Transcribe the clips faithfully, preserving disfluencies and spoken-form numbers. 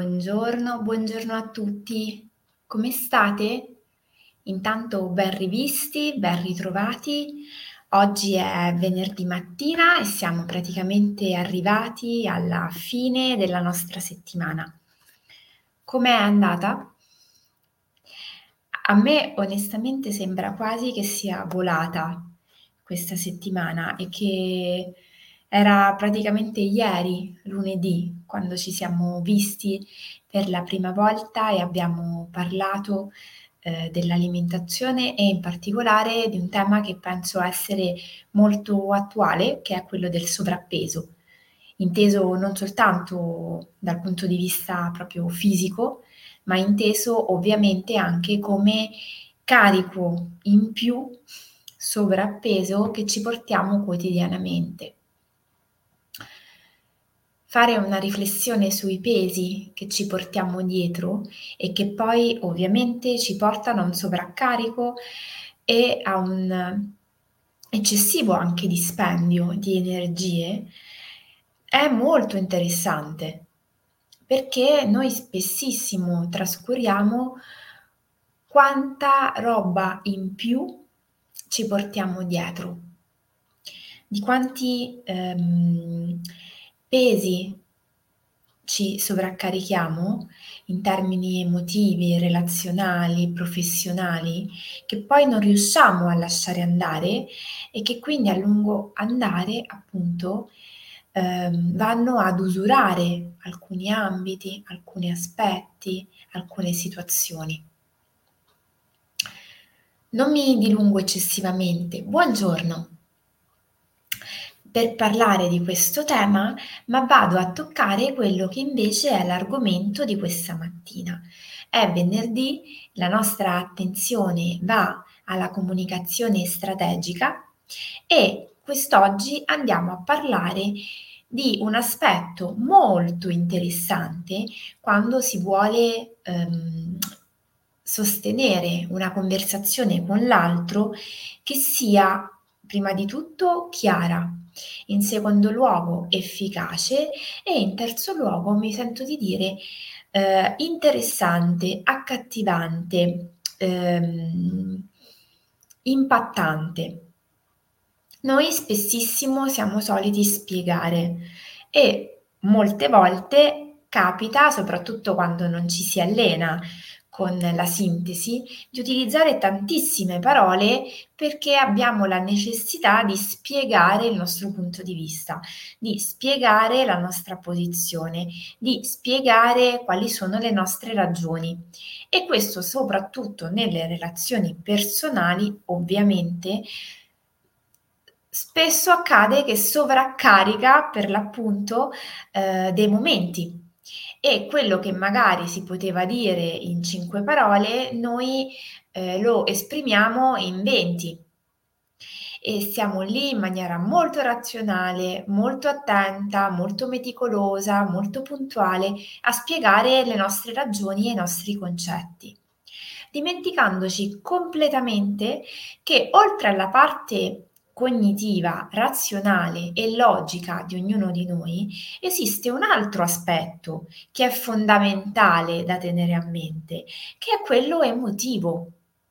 Buongiorno, buongiorno a tutti. Come state? Intanto ben rivisti, ben ritrovati. Oggi è venerdì mattina e siamo praticamente arrivati alla fine della nostra settimana. Com'è andata? A me onestamente sembra quasi che sia volata questa settimana e che era praticamente ieri, lunedì, quando ci siamo visti per la prima volta e abbiamo parlato, ehm, dell'alimentazione e in particolare di un tema che penso essere molto attuale, che è quello del sovrappeso, inteso non soltanto dal punto di vista proprio fisico, ma inteso ovviamente anche come carico in più, sovrappeso che ci portiamo quotidianamente. Fare una riflessione sui pesi che ci portiamo dietro e che poi ovviamente ci portano a un sovraccarico e a un eccessivo anche dispendio di energie, è molto interessante, perché noi spessissimo trascuriamo quanta roba in più ci portiamo dietro, di quanti, ehm, pesi ci sovraccarichiamo in termini emotivi, relazionali, professionali, che poi non riusciamo a lasciare andare e che quindi a lungo andare, appunto, ehm, vanno ad usurare alcuni ambiti, alcuni aspetti, alcune situazioni. Non mi dilungo eccessivamente. Buongiorno. Per parlare di questo tema, ma vado a toccare quello che invece è l'argomento di questa mattina. È venerdì, la nostra attenzione va alla comunicazione strategica e quest'oggi andiamo a parlare di un aspetto molto interessante quando si vuole ehm, sostenere una conversazione con l'altro che sia prima di tutto chiara, in secondo luogo efficace e in terzo luogo mi sento di dire eh, interessante, accattivante, ehm, impattante. Noi spessissimo siamo soliti spiegare e molte volte capita, soprattutto quando non ci si allena con la sintesi, di utilizzare tantissime parole perché abbiamo la necessità di spiegare il nostro punto di vista, di spiegare la nostra posizione, di spiegare quali sono le nostre ragioni. E questo soprattutto nelle relazioni personali, ovviamente, spesso accade che sovraccarica per l'appunto, ehm, dei momenti e quello che magari si poteva dire in cinque parole noi, ehm, lo esprimiamo in venti e siamo lì in maniera molto razionale, molto attenta, molto meticolosa, molto puntuale a spiegare le nostre ragioni e i nostri concetti, dimenticandoci completamente che oltre alla parte cognitiva, razionale e logica di ognuno di noi, esiste un altro aspetto che è fondamentale da tenere a mente, che è quello emotivo.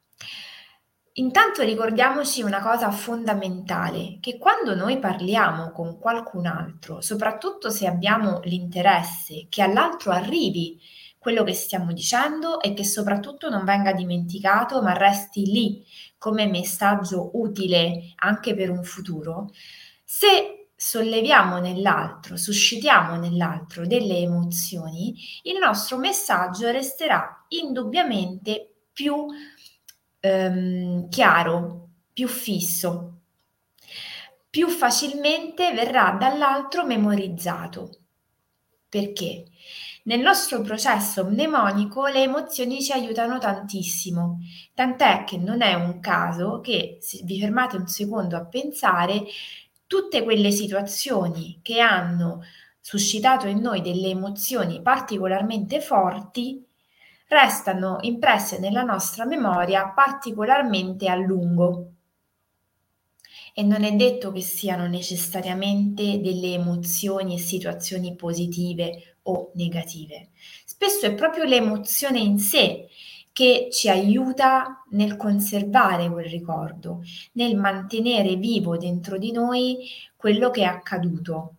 Intanto ricordiamoci una cosa fondamentale, che quando noi parliamo con qualcun altro, soprattutto se abbiamo l'interesse che all'altro arrivi quello che stiamo dicendo e che soprattutto non venga dimenticato, ma resti lì come messaggio utile anche per un futuro, se solleviamo nell'altro, suscitiamo nell'altro delle emozioni, il nostro messaggio resterà indubbiamente più ehm, chiaro, più fisso, più facilmente verrà dall'altro memorizzato. Perché? Nel nostro processo mnemonico le emozioni ci aiutano tantissimo, tant'è che non è un caso che, se vi fermate un secondo a pensare, tutte quelle situazioni che hanno suscitato in noi delle emozioni particolarmente forti restano impresse nella nostra memoria particolarmente a lungo. E non è detto che siano necessariamente delle emozioni e situazioni positive o negative. Spesso è proprio l'emozione in sé che ci aiuta nel conservare quel ricordo, nel mantenere vivo dentro di noi quello che è accaduto.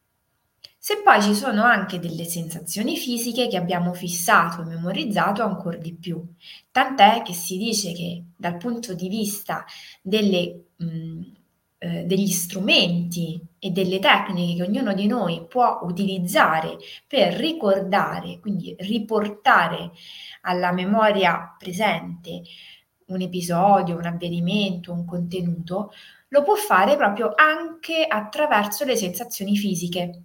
Se poi ci sono anche delle sensazioni fisiche che abbiamo fissato e memorizzato ancor di più, tant'è che si dice che dal punto di vista delle, mhmm, ehm, degli strumenti e delle tecniche che ognuno di noi può utilizzare per ricordare, quindi riportare alla memoria presente un episodio, un avvenimento, un contenuto, lo può fare proprio anche attraverso le sensazioni fisiche.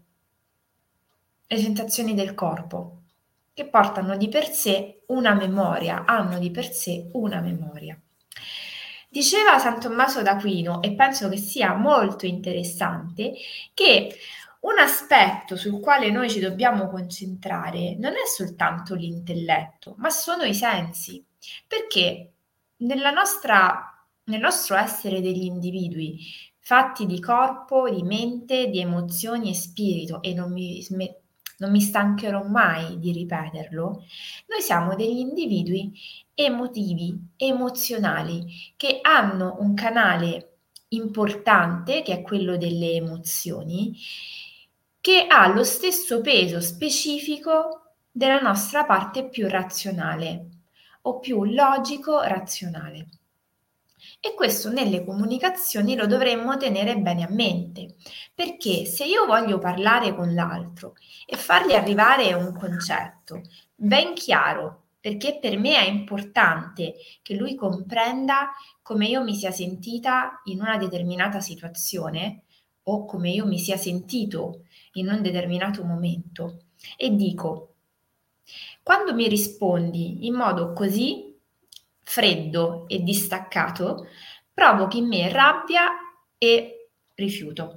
Le sensazioni del corpo, che portano di per sé una memoria, hanno di per sé una memoria. Diceva San Tommaso d'Aquino, e penso che sia molto interessante, che un aspetto sul quale noi ci dobbiamo concentrare non è soltanto l'intelletto, ma sono i sensi, perché nella nostra nel nostro essere degli individui fatti di corpo, di mente, di emozioni e spirito, e non mi sme non mi stancherò mai di ripeterlo, noi siamo degli individui emotivi, emozionali, che hanno un canale importante, che è quello delle emozioni, che ha lo stesso peso specifico della nostra parte più razionale o più logico-razionale. E questo nelle comunicazioni lo dovremmo tenere bene a mente, perché se io voglio parlare con l'altro e fargli arrivare un concetto ben chiaro, perché per me è importante che lui comprenda come io mi sia sentita in una determinata situazione o come io mi sia sentito in un determinato momento, e dico: quando mi rispondi in modo così freddo e distaccato, provochi in me rabbia e rifiuto.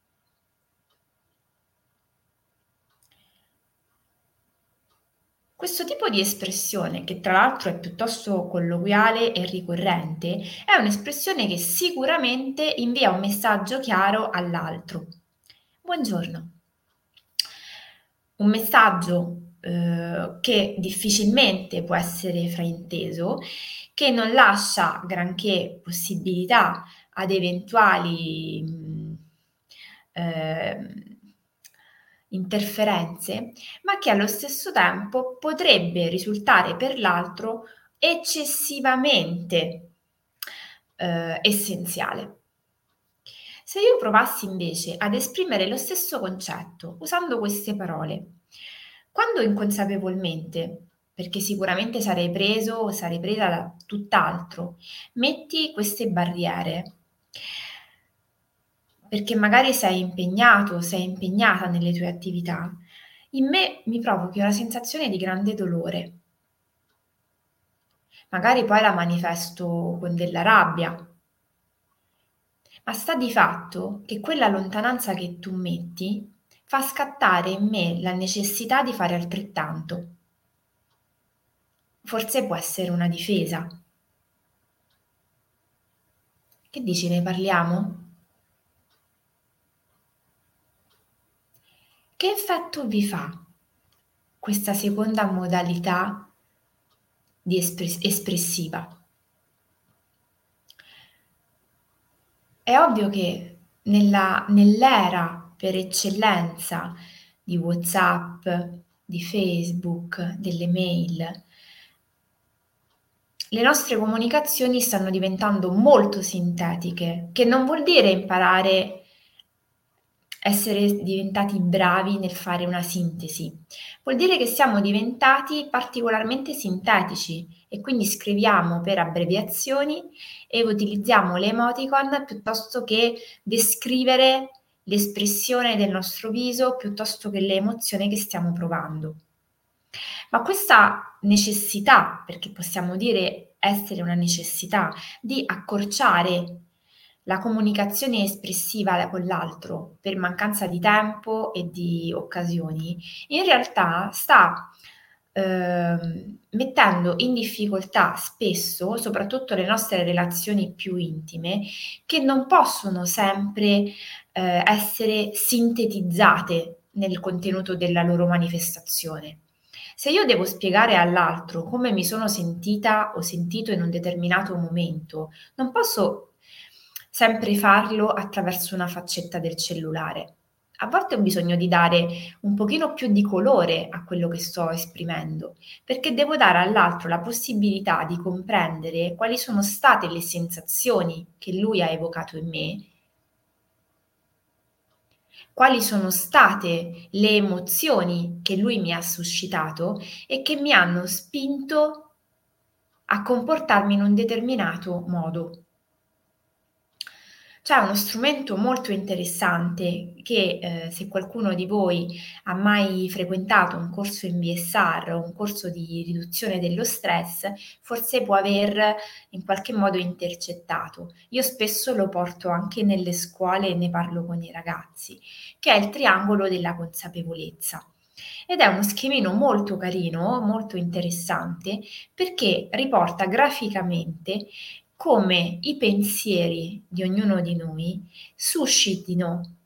Questo tipo di espressione, che tra l'altro è piuttosto colloquiale e ricorrente, è un'espressione che sicuramente invia un messaggio chiaro all'altro. Buongiorno. Un messaggio eh, che difficilmente può essere frainteso, che non lascia granché possibilità ad eventuali mh, ehm, interferenze, ma che allo stesso tempo potrebbe risultare per l'altro eccessivamente eh, essenziale. Se io provassi invece ad esprimere lo stesso concetto usando queste parole, quando inconsapevolmente, perché sicuramente sarei preso o sarei presa da tutt'altro, metti queste barriere, perché magari sei impegnato, sei impegnata nelle tue attività, in me mi provochi una sensazione di grande dolore. Magari poi la manifesto con della rabbia, ma sta di fatto che quella lontananza che tu metti fa scattare in me la necessità di fare altrettanto. Forse può essere una difesa. Che dici, ne parliamo? Che effetto vi fa questa seconda modalità di espres- espressiva? È ovvio che nella, nell'era per eccellenza di WhatsApp, di Facebook, delle mail, le nostre comunicazioni stanno diventando molto sintetiche, che non vuol dire imparare essere diventati bravi nel fare una sintesi. Vuol dire che siamo diventati particolarmente sintetici e quindi scriviamo per abbreviazioni e utilizziamo le emoticon piuttosto che descrivere l'espressione del nostro viso, piuttosto che l'emozione che stiamo provando. Ma questa necessità, perché possiamo dire essere una necessità, di accorciare la comunicazione espressiva con l'altro per mancanza di tempo e di occasioni, in realtà sta ehm, mettendo in difficoltà spesso, soprattutto le nostre relazioni più intime, che non possono sempre eh, essere sintetizzate nel contenuto della loro manifestazione. Se io devo spiegare all'altro come mi sono sentita o sentito in un determinato momento, non posso sempre farlo attraverso una faccetta del cellulare. A volte ho bisogno di dare un pochino più di colore a quello che sto esprimendo, perché devo dare all'altro la possibilità di comprendere quali sono state le sensazioni che lui ha evocato in me, quali sono state le emozioni che lui mi ha suscitato e che mi hanno spinto a comportarmi in un determinato modo. C'è uno strumento molto interessante che, ehm, se qualcuno di voi ha mai frequentato un corso in B S R o un corso di riduzione dello stress, forse può aver in qualche modo intercettato. Io spesso lo porto anche nelle scuole e ne parlo con i ragazzi, che è il triangolo della consapevolezza. Ed è uno schemino molto carino, molto interessante, perché riporta graficamente come i pensieri di ognuno di noi suscitino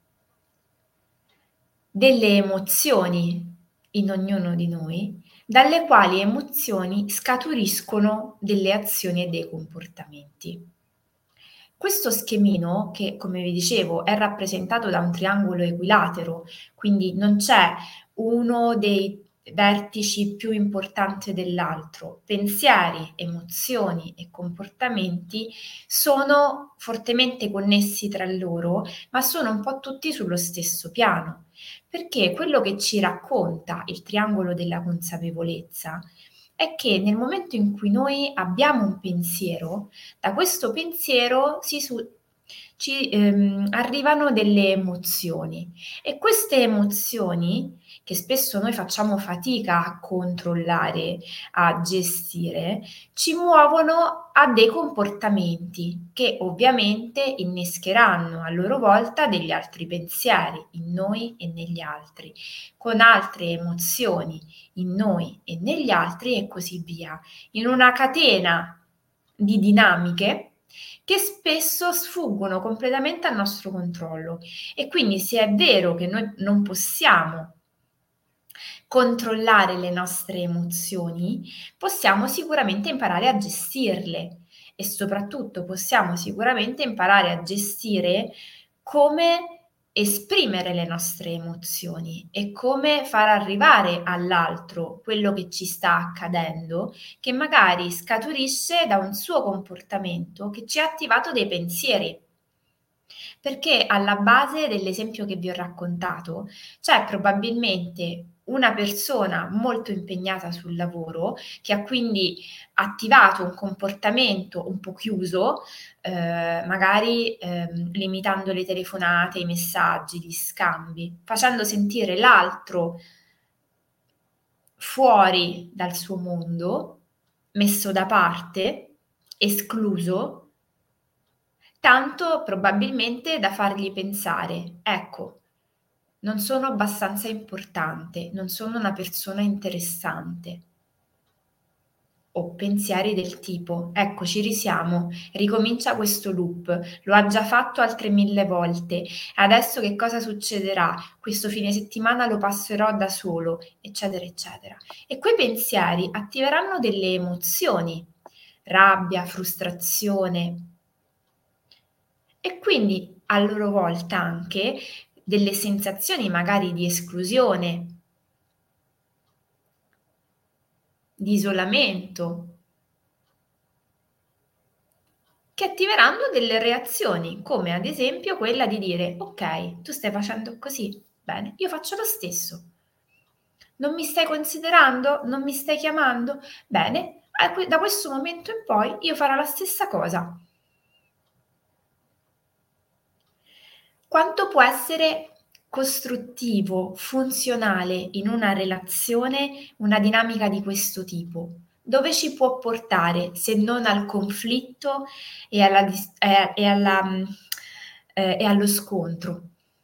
delle emozioni in ognuno di noi, dalle quali emozioni scaturiscono delle azioni e dei comportamenti. Questo schemino, che come vi dicevo è rappresentato da un triangolo equilatero, quindi non c'è uno dei vertici più importante dell'altro, pensieri, emozioni e comportamenti sono fortemente connessi tra loro, ma sono un po' tutti sullo stesso piano, perché quello che ci racconta il triangolo della consapevolezza è che nel momento in cui noi abbiamo un pensiero, da questo pensiero si su ci, ehm, arrivano delle emozioni e queste emozioni, che spesso noi facciamo fatica a controllare, a gestire, ci muovono a dei comportamenti che ovviamente innescheranno a loro volta degli altri pensieri in noi e negli altri, con altre emozioni in noi e negli altri e così via, in una catena di dinamiche che spesso sfuggono completamente al nostro controllo. E quindi se è vero che noi non possiamo controllare le nostre emozioni, possiamo sicuramente imparare a gestirle e soprattutto possiamo sicuramente imparare a gestire come esprimere le nostre emozioni e come far arrivare all'altro quello che ci sta accadendo, che magari scaturisce da un suo comportamento che ci ha attivato dei pensieri. Perché alla base dell'esempio che vi ho raccontato c'è probabilmente una persona molto impegnata sul lavoro, che ha quindi attivato un comportamento un po' chiuso, ehm, magari, ehm, limitando le telefonate, i messaggi, gli scambi, facendo sentire l'altro fuori dal suo mondo, messo da parte, escluso, tanto probabilmente da fargli pensare: "Ecco, non sono abbastanza importante, non sono una persona interessante." O pensieri del tipo: "Ecco, ci risiamo, ricomincia questo loop, lo ha già fatto altre mille volte, adesso che cosa succederà? Questo fine settimana lo passerò da solo", eccetera, eccetera. E quei pensieri attiveranno delle emozioni, rabbia, frustrazione e quindi a loro volta anche delle sensazioni magari di esclusione, di isolamento, che attiveranno delle reazioni, come ad esempio quella di dire: "Okay, tu stai facendo così, bene, io faccio lo stesso. Non mi stai considerando? Non mi stai chiamando? Bene, a que da questo momento in poi io farò la stessa cosa." Quanto può essere costruttivo, funzionale in una relazione una dinamica di questo tipo? Dove ci può portare se non al conflitto e alla dis e e alla mhmm, ehm, e allo scontro?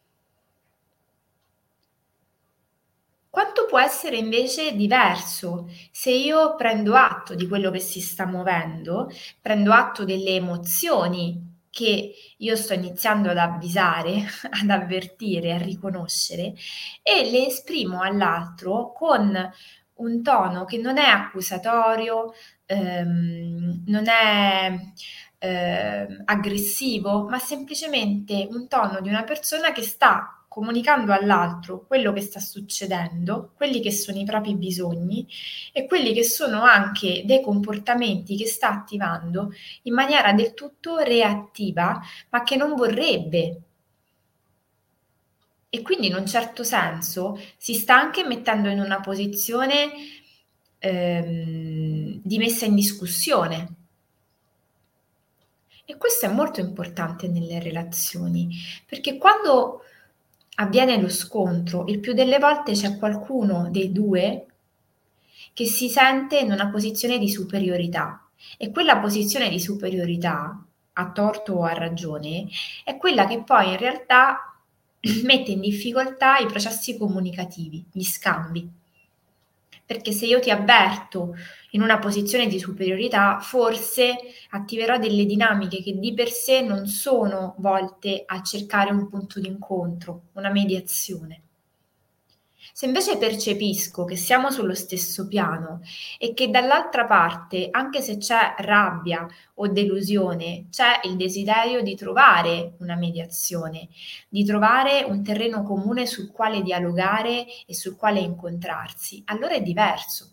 Quanto può essere invece diverso se io prendo atto di quello che si sta muovendo, prendo atto delle emozioni che io sto iniziando ad avvisare, ad avvertire, a riconoscere e le esprimo all'altro con un tono che non è accusatorio, ehm, non è, ehm, aggressivo, ma semplicemente un tono di una persona che sta comunicando all'altro quello che sta succedendo, quelli che sono i propri bisogni e quelli che sono anche dei comportamenti che sta attivando in maniera del tutto reattiva, ma che non vorrebbe. E quindi in un certo senso si sta anche mettendo in una posizione, ehm, di messa in discussione. E questo è molto importante nelle relazioni, perché quando avviene lo scontro, il più delle volte c'è qualcuno dei due che si sente in una posizione di superiorità e quella posizione di superiorità, a torto o a ragione, è quella che poi in realtà mette in difficoltà i processi comunicativi, gli scambi. Perché se io ti avverto in una posizione di superiorità, forse attiverò delle dinamiche che di per sé non sono volte a cercare un punto d'incontro, una mediazione. Se invece percepisco che siamo sullo stesso piano e che dall'altra parte, anche se c'è rabbia o delusione, c'è il desiderio di trovare una mediazione, di trovare un terreno comune sul quale dialogare e sul quale incontrarsi, allora è diverso.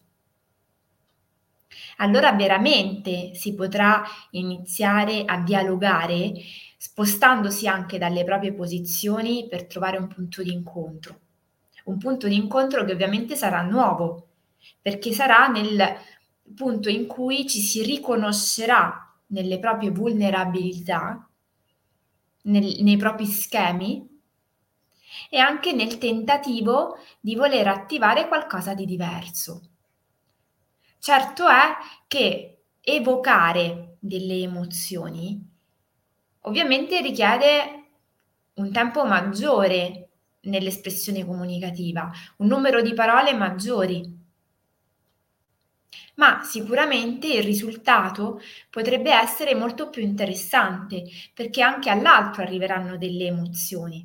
Allora veramente si potrà iniziare a dialogare spostandosi anche dalle proprie posizioni per trovare un punto di incontro. Un punto di incontro che ovviamente sarà nuovo, perché sarà nel punto in cui ci si riconoscerà nelle proprie vulnerabilità, nel nei propri schemi e anche nel tentativo di voler attivare qualcosa di diverso. Certo è che evocare delle emozioni ovviamente richiede un tempo maggiore nell'espressione comunicativa, un numero di parole maggiori. Ma sicuramente il risultato potrebbe essere molto più interessante, perché anche all'altro arriveranno delle emozioni.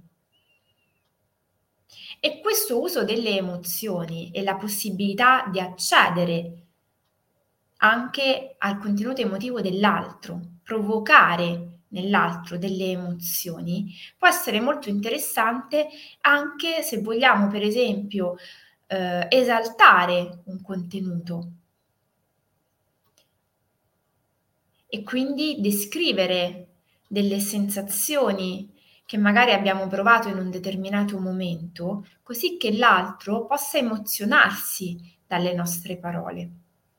E questo uso delle emozioni e la possibilità di accedere anche al contenuto emotivo dell'altro, provocare nell'altro delle emozioni, può essere molto interessante anche se vogliamo, per esempio, ehm, esaltare un contenuto. E quindi descrivere delle sensazioni che magari abbiamo provato in un determinato momento, così che l'altro possa emozionarsi dalle nostre parole.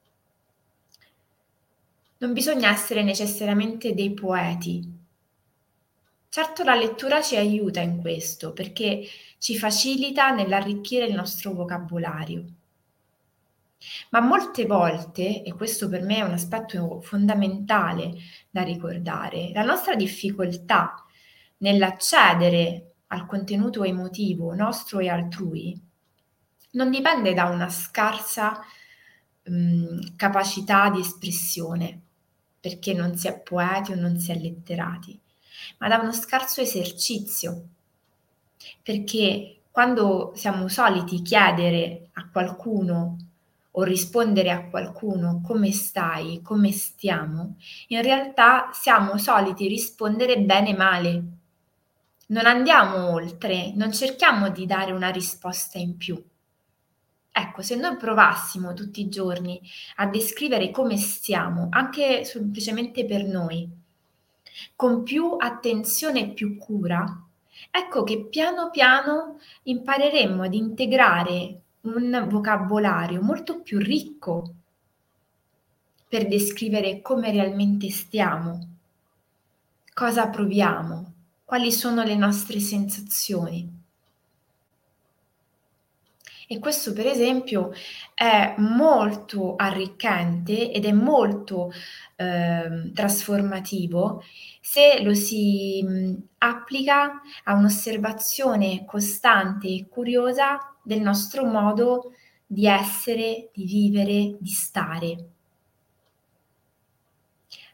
Non bisogna essere necessariamente dei poeti. Certo la lettura ci aiuta in questo, perché ci facilita nell'arricchire il nostro vocabolario. Ma molte volte, e questo per me è un aspetto fondamentale da ricordare, la nostra difficoltà nell'accedere al contenuto emotivo nostro e altrui non dipende da una scarsa, mhmm, capacità di espressione, perché non si è poeti o non si è letterati, ma da uno scarso esercizio. Perché quando siamo soliti chiedere a qualcuno o rispondere a qualcuno: "Come stai? Come stiamo?", in realtà siamo soliti rispondere bene male. Non andiamo oltre, non cerchiamo di dare una risposta in più. Ecco, se noi provassimo tutti i giorni a descrivere come stiamo, anche semplicemente per noi, con più attenzione e più cura, ecco che piano piano impareremmo ad integrare un vocabolario molto più ricco per descrivere come realmente stiamo, cosa proviamo, quali sono le nostre sensazioni. E questo per esempio è molto arricchente ed è molto, ehm, trasformativo se lo si, mhmm, applica a un'osservazione costante e curiosa del nostro modo di essere, di vivere, di stare.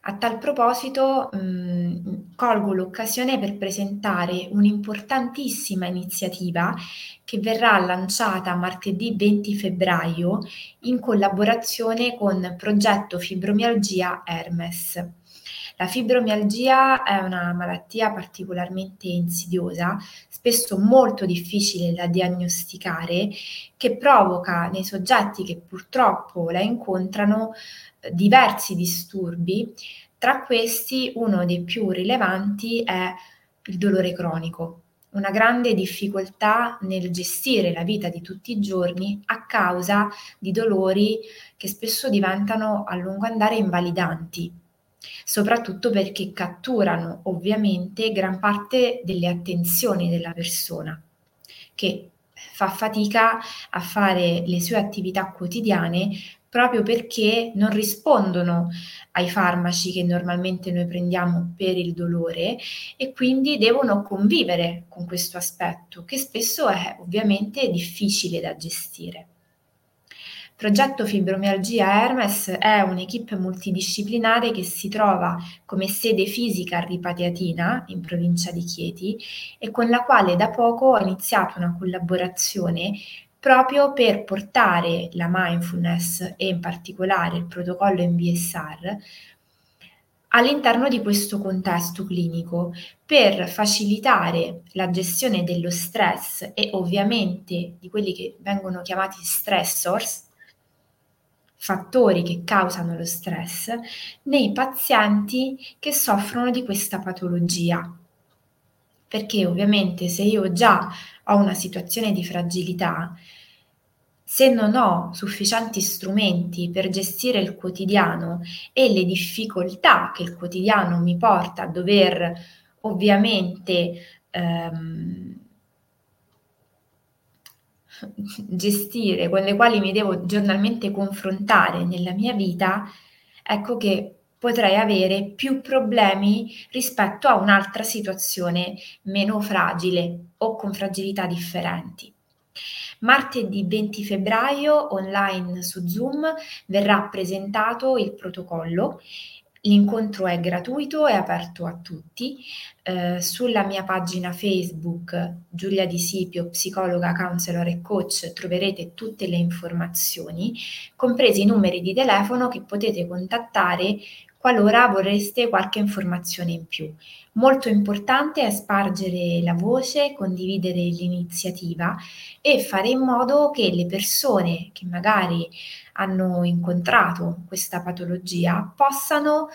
A tal proposito, mhmm, colgo l'occasione per presentare un'importantissima iniziativa che verrà lanciata martedì venti febbraio in collaborazione con Progetto Fibromialgia Hermes. La fibromialgia è una malattia particolarmente insidiosa, spesso molto difficile da diagnosticare, che provoca nei soggetti che purtroppo la incontrano eh, diversi disturbi. Tra questi uno dei più rilevanti è il dolore cronico, una grande difficoltà nel gestire la vita di tutti i giorni a causa di dolori che spesso diventano a lungo andare invalidanti, soprattutto perché catturano ovviamente gran parte delle attenzioni della persona, che fa fatica a fare le sue attività quotidiane proprio perché non rispondono ai farmaci che normalmente noi prendiamo per il dolore e quindi devono convivere con questo aspetto che spesso è ovviamente difficile da gestire. Progetto Fibromialgia Hermes è un'equipe multidisciplinare che si trova come sede fisica a Ripariatina, in provincia di Chieti, e con la quale da poco ho iniziato una collaborazione proprio per portare la mindfulness e in particolare il protocollo M B S R all'interno di questo contesto clinico per facilitare la gestione dello stress e ovviamente di quelli che vengono chiamati stressors, fattori che causano lo stress, nei pazienti che soffrono di questa patologia. Perché ovviamente se io già ho una situazione di fragilità, se non ho sufficienti strumenti per gestire il quotidiano e le difficoltà che il quotidiano mi porta a dover ovviamente ehm, gestire, con le quali mi devo giornalmente confrontare nella mia vita, ecco che potrei avere più problemi rispetto a un'altra situazione meno fragile o con fragilità differenti. Martedì venti febbraio online su Zoom verrà presentato il protocollo. L'incontro è gratuito e aperto a tutti. Eh, sulla mia pagina Facebook Giulia Di Sipio, psicologa, counselor e coach, troverete tutte le informazioni, compresi i numeri di telefono che potete contattare qualora vorreste qualche informazione in più. Molto importante è spargere la voce, condividere l'iniziativa e fare in modo che le persone che magari hanno incontrato questa patologia possano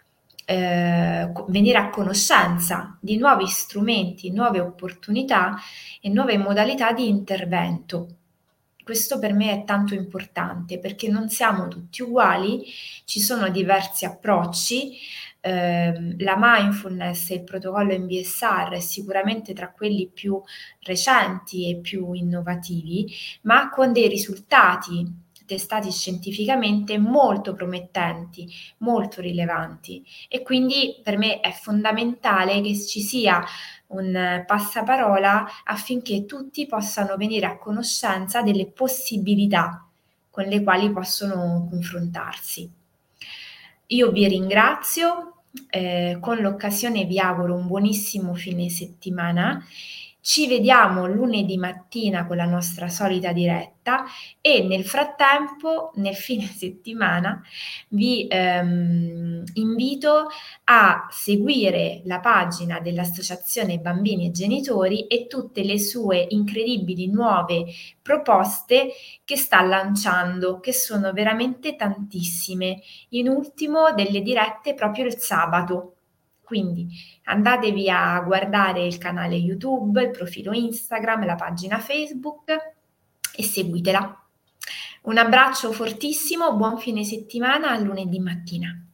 eh, venire a conoscenza di nuovi strumenti, nuove opportunità e nuove modalità di intervento. Questo per me è tanto importante perché non siamo tutti uguali, ci sono diversi approcci. Ehm, la mindfulness e il protocollo M B S R è sicuramente tra quelli più recenti e più innovativi, ma con dei risultati testati scientificamente molto promettenti, molto rilevanti e quindi per me è fondamentale che ci sia un passaparola affinché tutti possano venire a conoscenza delle possibilità con le quali possono confrontarsi. Io vi ringrazio, eh, con l'occasione vi auguro un buonissimo fine settimana. Ci vediamo lunedì mattina con la nostra solita diretta e nel frattempo, nel fine settimana, vi ehm, invito a seguire la pagina dell'Associazione Bambini e Genitori e tutte le sue incredibili nuove proposte che sta lanciando, che sono veramente tantissime. In ultimo delle dirette proprio il sabato. Quindi andatevi a guardare il canale YouTube, il profilo Instagram, la pagina Facebook e seguitela. Un abbraccio fortissimo, buon fine settimana, a lunedì mattina.